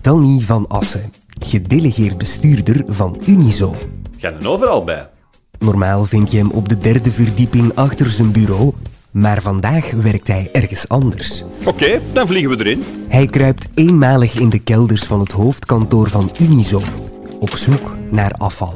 Danny van Assen, gedelegeerd bestuurder van Unizo. Ga er overal bij. Normaal vind je hem op de 3e verdieping achter zijn bureau, maar vandaag werkt hij ergens anders. Oké, dan vliegen we erin. Hij kruipt eenmalig in de kelders van het hoofdkantoor van Unizo, op zoek naar afval.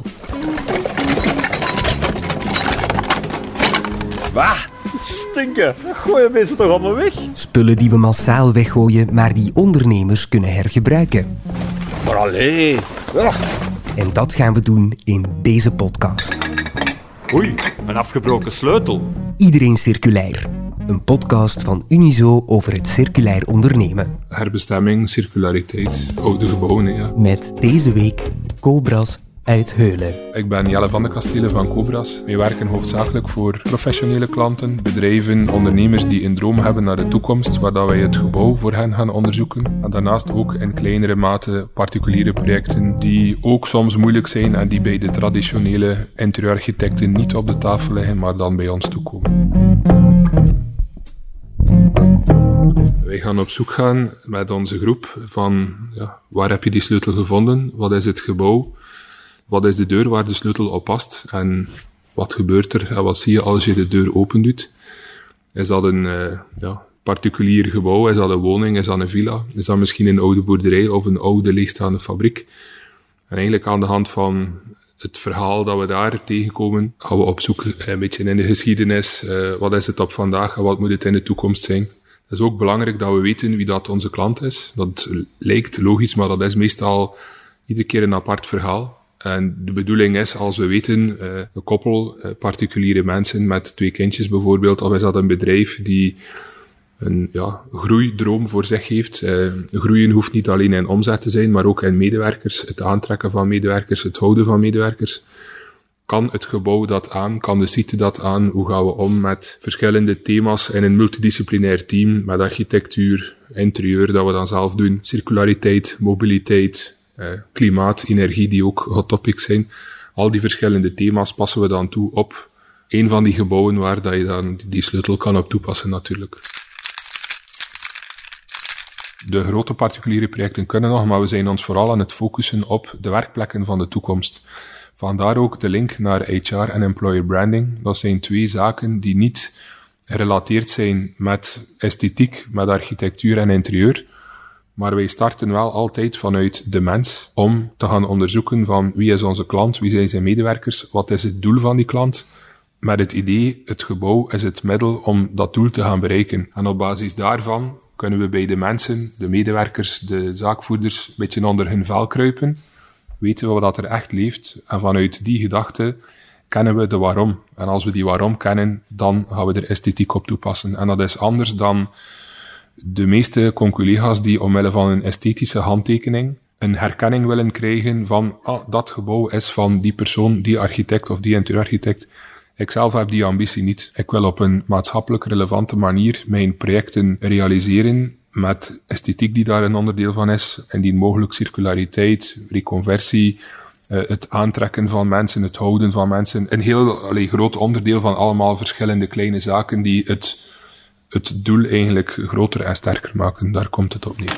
Wah, stinken. Gooien mensen toch allemaal weg? Spullen die we massaal weggooien, maar die ondernemers kunnen hergebruiken. Maar allee. En dat gaan we doen in deze podcast. Oei, een afgebroken sleutel. Iedereen Circulair. Een podcast van Unizo over het circulair ondernemen. Herbestemming, circulariteit, oude gebouwen, ja. Met deze week Cobras uit Heulen. Ik ben Jelle van de Kastelen van Cobras. Wij werken hoofdzakelijk voor professionele klanten, bedrijven, ondernemers die een droom hebben naar de toekomst, waar dat wij het gebouw voor hen gaan onderzoeken. En daarnaast ook in kleinere mate particuliere projecten die ook soms moeilijk zijn en die bij de traditionele interieurarchitecten niet op de tafel liggen, maar dan bij ons toekomen. Wij gaan op zoek gaan met onze groep van waar heb je die sleutel gevonden, wat is het gebouw, wat is de deur waar de sleutel op past en wat gebeurt er en wat zie je als je de deur open doet. Is dat een particulier gebouw, is dat een woning, is dat een villa, is dat misschien een oude boerderij of een oude leegstaande fabriek. En eigenlijk aan de hand van het verhaal dat we daar tegenkomen, gaan we op zoek een beetje in de geschiedenis, wat is het op vandaag en wat moet het in de toekomst zijn. Het is ook belangrijk dat we weten wie dat onze klant is. Dat lijkt logisch, maar dat is meestal iedere keer een apart verhaal. En de bedoeling is, als we weten, een koppel, particuliere mensen met 2 kindjes bijvoorbeeld, of is dat een bedrijf die een groeidroom voor zich heeft. Groeien hoeft niet alleen in omzet te zijn, maar ook in medewerkers, het aantrekken van medewerkers, het houden van medewerkers. Kan het gebouw dat aan? Kan de site dat aan? Hoe gaan we om met verschillende thema's in een multidisciplinair team, met architectuur, interieur dat we dan zelf doen, circulariteit, mobiliteit, klimaat, energie, die ook hot topics zijn. Al die verschillende thema's passen we dan toe op een van die gebouwen waar dat je dan die sleutel kan op toepassen natuurlijk. De grote particuliere projecten kunnen nog, maar we zijn ons vooral aan het focussen op de werkplekken van de toekomst. Vandaar ook de link naar HR en employer branding. Dat zijn 2 zaken die niet gerelateerd zijn met esthetiek, met architectuur en interieur. Maar wij starten wel altijd vanuit de mens om te gaan onderzoeken van wie is onze klant, wie zijn zijn medewerkers, wat is het doel van die klant. Met het idee, het gebouw is het middel om dat doel te gaan bereiken. En op basis daarvan kunnen we bij de mensen, de medewerkers, de zaakvoerders, een beetje onder hun vel kruipen. Weten we wat er echt leeft. En vanuit die gedachte kennen we de waarom. En als we die waarom kennen, dan gaan we er esthetiek op toepassen. En dat is anders dan de meeste conculega's die omwille van een esthetische handtekening een herkenning willen krijgen van dat gebouw is van die persoon, die architect of die interieurarchitect. Ik zelf heb die ambitie niet. Ik wil op een maatschappelijk relevante manier mijn projecten realiseren met esthetiek die daar een onderdeel van is, indien mogelijk circulariteit, reconversie, het aantrekken van mensen, het houden van mensen. Een heel groot onderdeel van allemaal verschillende kleine zaken die het doel eigenlijk groter en sterker maken. Daar komt het op neer.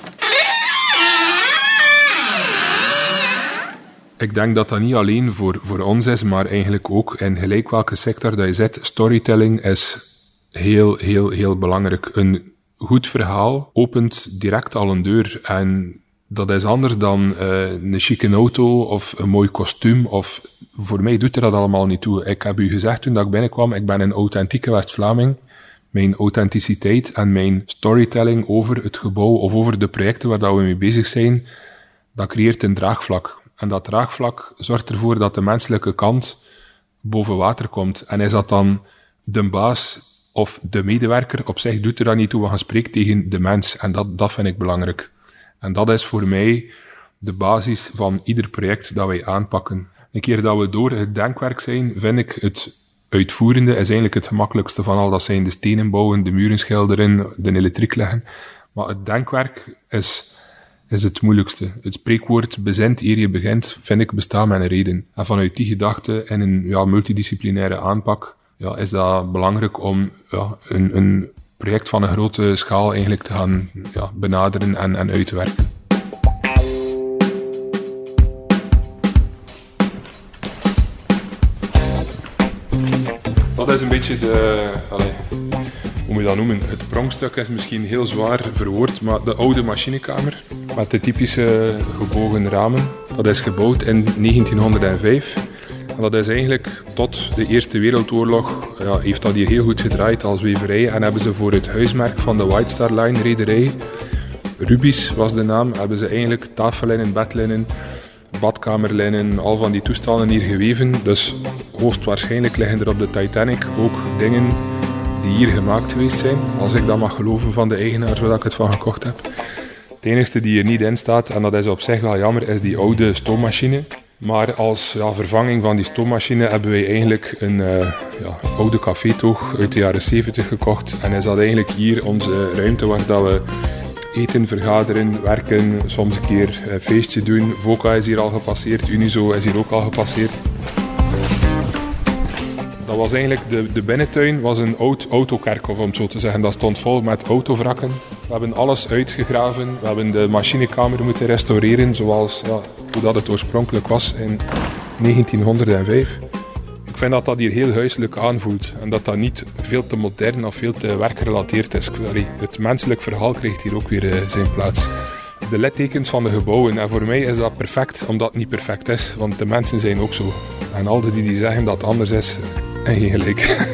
Ik denk dat dat niet alleen voor ons is, maar eigenlijk ook in gelijk welke sector dat je zit. Storytelling is heel, heel, heel belangrijk. Een goed verhaal opent direct al een deur. En dat is anders dan een chique auto of een mooi kostuum. Of voor mij doet er dat allemaal niet toe. Ik heb u gezegd toen dat ik binnenkwam, ik ben een authentieke West-Vlaming. Mijn authenticiteit en mijn storytelling over het gebouw of over de projecten waar dat we mee bezig zijn, dat creëert een draagvlak. En dat draagvlak zorgt ervoor dat de menselijke kant boven water komt. En is dat dan de baas of de medewerker op zich, doet er dat niet toe. We gaan spreken tegen de mens. En dat vind ik belangrijk. En dat is voor mij de basis van ieder project dat wij aanpakken. Een keer dat we door het denkwerk zijn, vind ik het uitvoerende is eigenlijk het gemakkelijkste van al. Dat zijn de stenen bouwen, de muren schilderen, de elektriek leggen. Maar het denkwerk is het moeilijkste. Het spreekwoord bezint eer je begint, vind ik, bestaat met een reden. En vanuit die gedachte en een multidisciplinaire aanpak is dat belangrijk om een project van een grote schaal eigenlijk te gaan benaderen en uit te werken. is een beetje hoe moet je dat noemen? Het pronkstuk is misschien heel zwaar verwoord, maar de oude machinekamer met de typische gebogen ramen, dat is gebouwd in 1905. En dat is eigenlijk tot de Eerste Wereldoorlog, heeft dat hier heel goed gedraaid als weverij. En hebben ze voor het huismerk van de White Star Line rederij, Rubis was de naam, hebben ze eigenlijk tafellinnen, bedlinnen, badkamerlinnen, al van die toestanden hier geweven. Dus hoogstwaarschijnlijk liggen er op de Titanic ook dingen die hier gemaakt geweest zijn, als ik dat mag geloven van de eigenaar waar ik het van gekocht heb. Het enige die er niet in staat, en dat is op zich wel jammer, is die oude stoommachine. Maar als vervanging van die stoommachine hebben wij eigenlijk een oude cafétoog uit de jaren 70 gekocht. En is dat eigenlijk hier onze ruimte waar dat we eten, vergaderen, werken, soms een keer een feestje doen. Voca is hier al gepasseerd, Unizo is hier ook al gepasseerd. Dat was eigenlijk, de binnentuin was een oud autokerkhof, om het zo te zeggen. Dat stond vol met autovrakken. We hebben alles uitgegraven. We hebben de machinekamer moeten restaureren, zoals hoe dat het oorspronkelijk was in 1905. Ik vind dat dat hier heel huiselijk aanvoelt. En dat dat niet veel te modern of veel te werkgerelateerd is. Het menselijk verhaal krijgt hier ook weer zijn plaats. De littekens van de gebouwen. En voor mij is dat perfect, omdat het niet perfect is. Want de mensen zijn ook zo. En al die zeggen dat het anders is, en geen gelijk.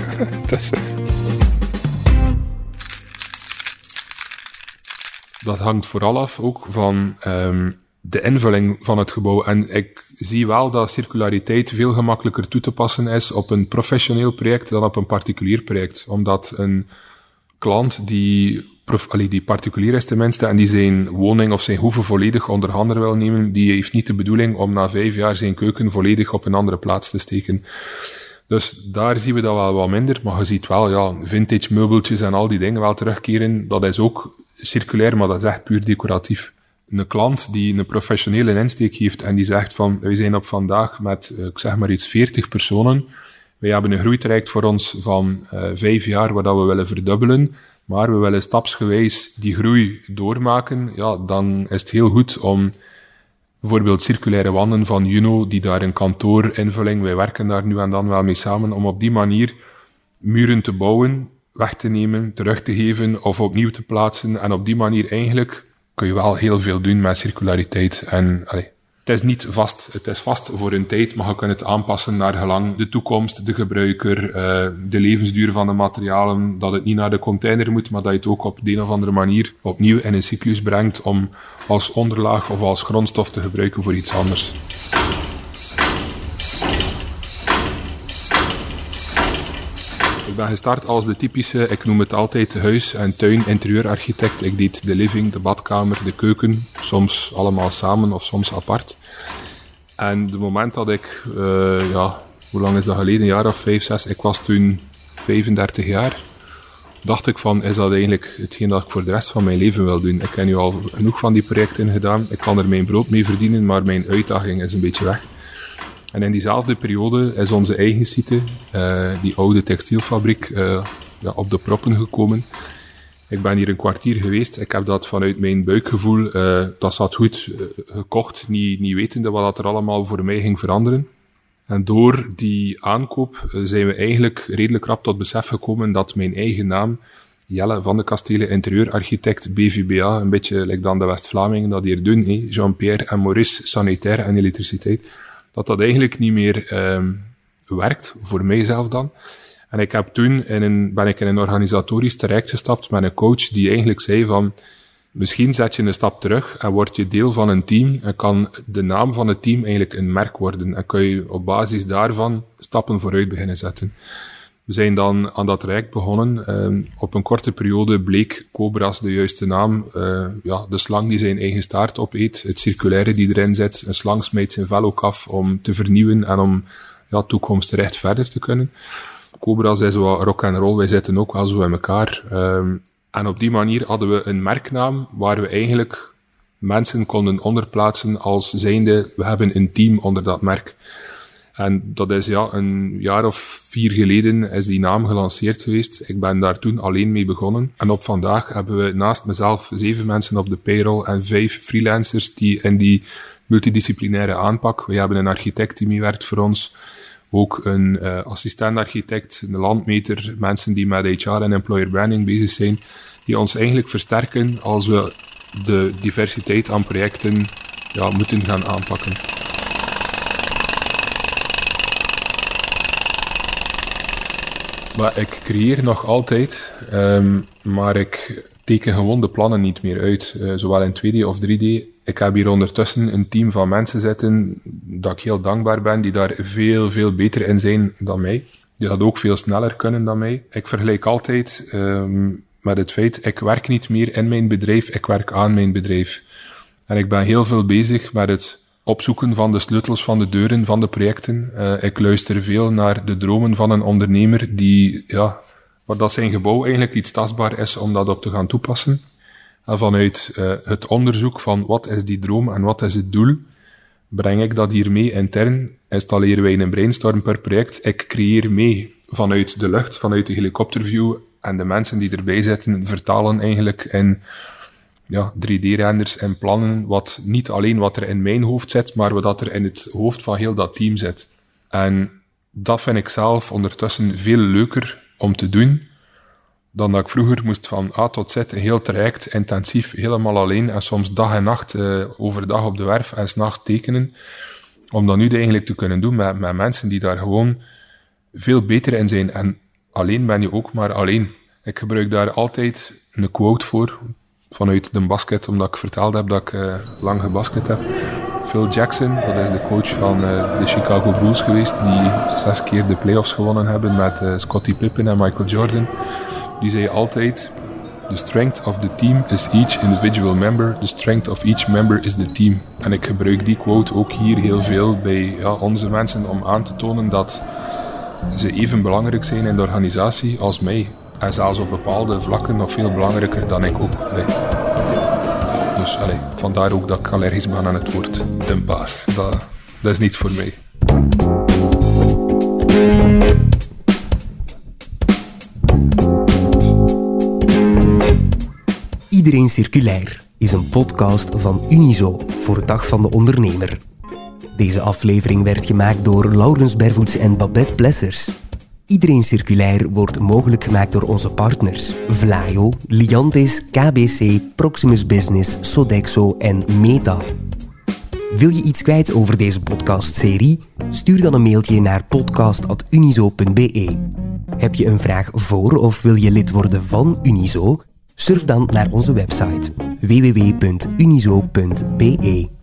Dat hangt vooral af ook van de invulling van het gebouw. En ik zie wel dat circulariteit veel gemakkelijker toe te passen is op een professioneel project dan op een particulier project. Omdat een klant die particulier is tenminste en die zijn woning of zijn hoeve volledig onder handen wil nemen, die heeft niet de bedoeling om na 5 jaar zijn keuken volledig op een andere plaats te steken. Dus daar zien we dat wel wat minder, maar je ziet wel, vintage meubeltjes en al die dingen wel terugkeren. Dat is ook circulair, maar dat is echt puur decoratief. Een klant die een professionele insteek heeft en die zegt van, wij zijn op vandaag met, ik zeg maar iets, 40 personen. Wij hebben een groeitraject voor ons van 5 jaar waar dat we willen verdubbelen, maar we willen stapsgewijs die groei doormaken. Ja, dan is het heel goed om bijvoorbeeld circulaire wanden van Juno, die daar een kantoorinvulling, wij werken daar nu en dan wel mee samen, om op die manier muren te bouwen, weg te nemen, terug te geven of opnieuw te plaatsen. En op die manier eigenlijk kun je wel heel veel doen met circulariteit. En het is niet vast, het is vast voor een tijd, maar je kunt het aanpassen naar gelang de toekomst, de gebruiker, de levensduur van de materialen, dat het niet naar de container moet, maar dat je het ook op de een of andere manier opnieuw in een cyclus brengt om als onderlaag of als grondstof te gebruiken voor iets anders. Ik ben gestart als de typische, ik noem het altijd huis- en tuin-interieurarchitect. Ik deed de living, de badkamer, de keuken, soms allemaal samen of soms apart. En het moment dat ik, hoe lang is dat geleden, een jaar of 5, 6, ik was toen 35 jaar, dacht ik van, is dat eigenlijk hetgeen dat ik voor de rest van mijn leven wil doen? Ik heb nu al genoeg van die projecten gedaan, ik kan er mijn brood mee verdienen, maar mijn uitdaging is een beetje weg. En in diezelfde periode is onze eigen site, die oude textielfabriek, op de proppen gekomen. Ik ben hier een kwartier geweest. Ik heb dat vanuit mijn buikgevoel, dat zat goed, gekocht, niet wetende wat er allemaal voor mij ging veranderen. En door die aankoop zijn we eigenlijk redelijk rap tot besef gekomen dat mijn eigen naam, Jelle van de Kastelen, interieurarchitect, BVBA, een beetje like dan de West-Vlamingen dat hier doen, Jean-Pierre en Maurice, sanitair en elektriciteit, dat eigenlijk niet meer werkt, voor mijzelf dan. En ik heb toen ben ik in een organisatorisch traject gestapt met een coach die eigenlijk zei van, misschien zet je een stap terug en word je deel van een team en kan de naam van het team eigenlijk een merk worden en kun je op basis daarvan stappen vooruit beginnen zetten. We zijn dan aan dat traject begonnen. Op een korte periode bleek Cobra's de juiste naam. De slang die zijn eigen staart opeet, het circulaire die erin zit. Een slang smijt zijn vel ook af om te vernieuwen en om toekomstgericht verder te kunnen. Cobra's is wat rock and roll, wij zitten ook wel zo in elkaar. En op die manier hadden we een merknaam waar we eigenlijk mensen konden onderplaatsen als zijnde, we hebben een team onder dat merk. En dat is een jaar of 4 geleden is die naam gelanceerd geweest. Ik ben daar toen alleen mee begonnen. En op vandaag hebben we naast mezelf 7 mensen op de payroll en 5 freelancers die in die multidisciplinaire aanpak. We hebben een architect die meewerkt voor ons, ook een assistent-architect, een landmeter, mensen die met HR en employer branding bezig zijn, die ons eigenlijk versterken als we de diversiteit aan projecten moeten gaan aanpakken. Maar ik creëer nog altijd, maar ik teken gewoon de plannen niet meer uit, zowel in 2D of 3D. Ik heb hier ondertussen een team van mensen zitten, dat ik heel dankbaar ben, die daar veel, veel beter in zijn dan mij. Die dat ook veel sneller kunnen dan mij. Ik vergelijk altijd met het feit, ik werk niet meer in mijn bedrijf, ik werk aan mijn bedrijf. En ik ben heel veel bezig met het opzoeken van de sleutels van de deuren van de projecten. Ik luister veel naar de dromen van een ondernemer waar dat zijn gebouw eigenlijk iets tastbaar is om dat op te gaan toepassen. En vanuit het onderzoek van wat is die droom en wat is het doel, breng ik dat hier mee intern, installeren wij een brainstorm per project. Ik creëer mee vanuit de lucht, vanuit de helikopterview, en de mensen die erbij zitten vertalen eigenlijk in 3D-renders en plannen, niet alleen wat er in mijn hoofd zit, maar wat er in het hoofd van heel dat team zit. En dat vind ik zelf ondertussen veel leuker om te doen, dan dat ik vroeger moest van A tot Z een heel traject, intensief, helemaal alleen, en soms dag en nacht, overdag op de werf en 's nachts tekenen, om dat nu eigenlijk te kunnen doen met mensen die daar gewoon veel beter in zijn. En alleen ben je ook maar alleen. Ik gebruik daar altijd een quote voor, vanuit de basket, omdat ik verteld heb dat ik lang gebasket heb. Phil Jackson, dat is de coach van de Chicago Bulls geweest, die 6 keer de playoffs gewonnen hebben met Scottie Pippen en Michael Jordan. Die zei altijd, the strength of the team is each individual member, the strength of each member is the team. En ik gebruik die quote ook hier heel veel bij onze mensen om aan te tonen dat ze even belangrijk zijn in de organisatie als mij. En zelfs op bepaalde vlakken nog veel belangrijker dan ik ook. Dus vandaar ook dat ik allergisch ben aan het woord de baas. Dat is niet voor mij. Iedereen Circulair is een podcast van Unizo voor Dag van de Ondernemer. Deze aflevering werd gemaakt door Laurens Bervoets en Babette Plessers. Iedereen Circulair wordt mogelijk gemaakt door onze partners Vlaio, Liantis, KBC, Proximus Business, Sodexo en Meta. Wil je iets kwijt over deze podcastserie? Stuur dan een mailtje naar podcast@unizo.be. Heb je een vraag voor of wil je lid worden van Unizo? Surf dan naar onze website www.unizo.be.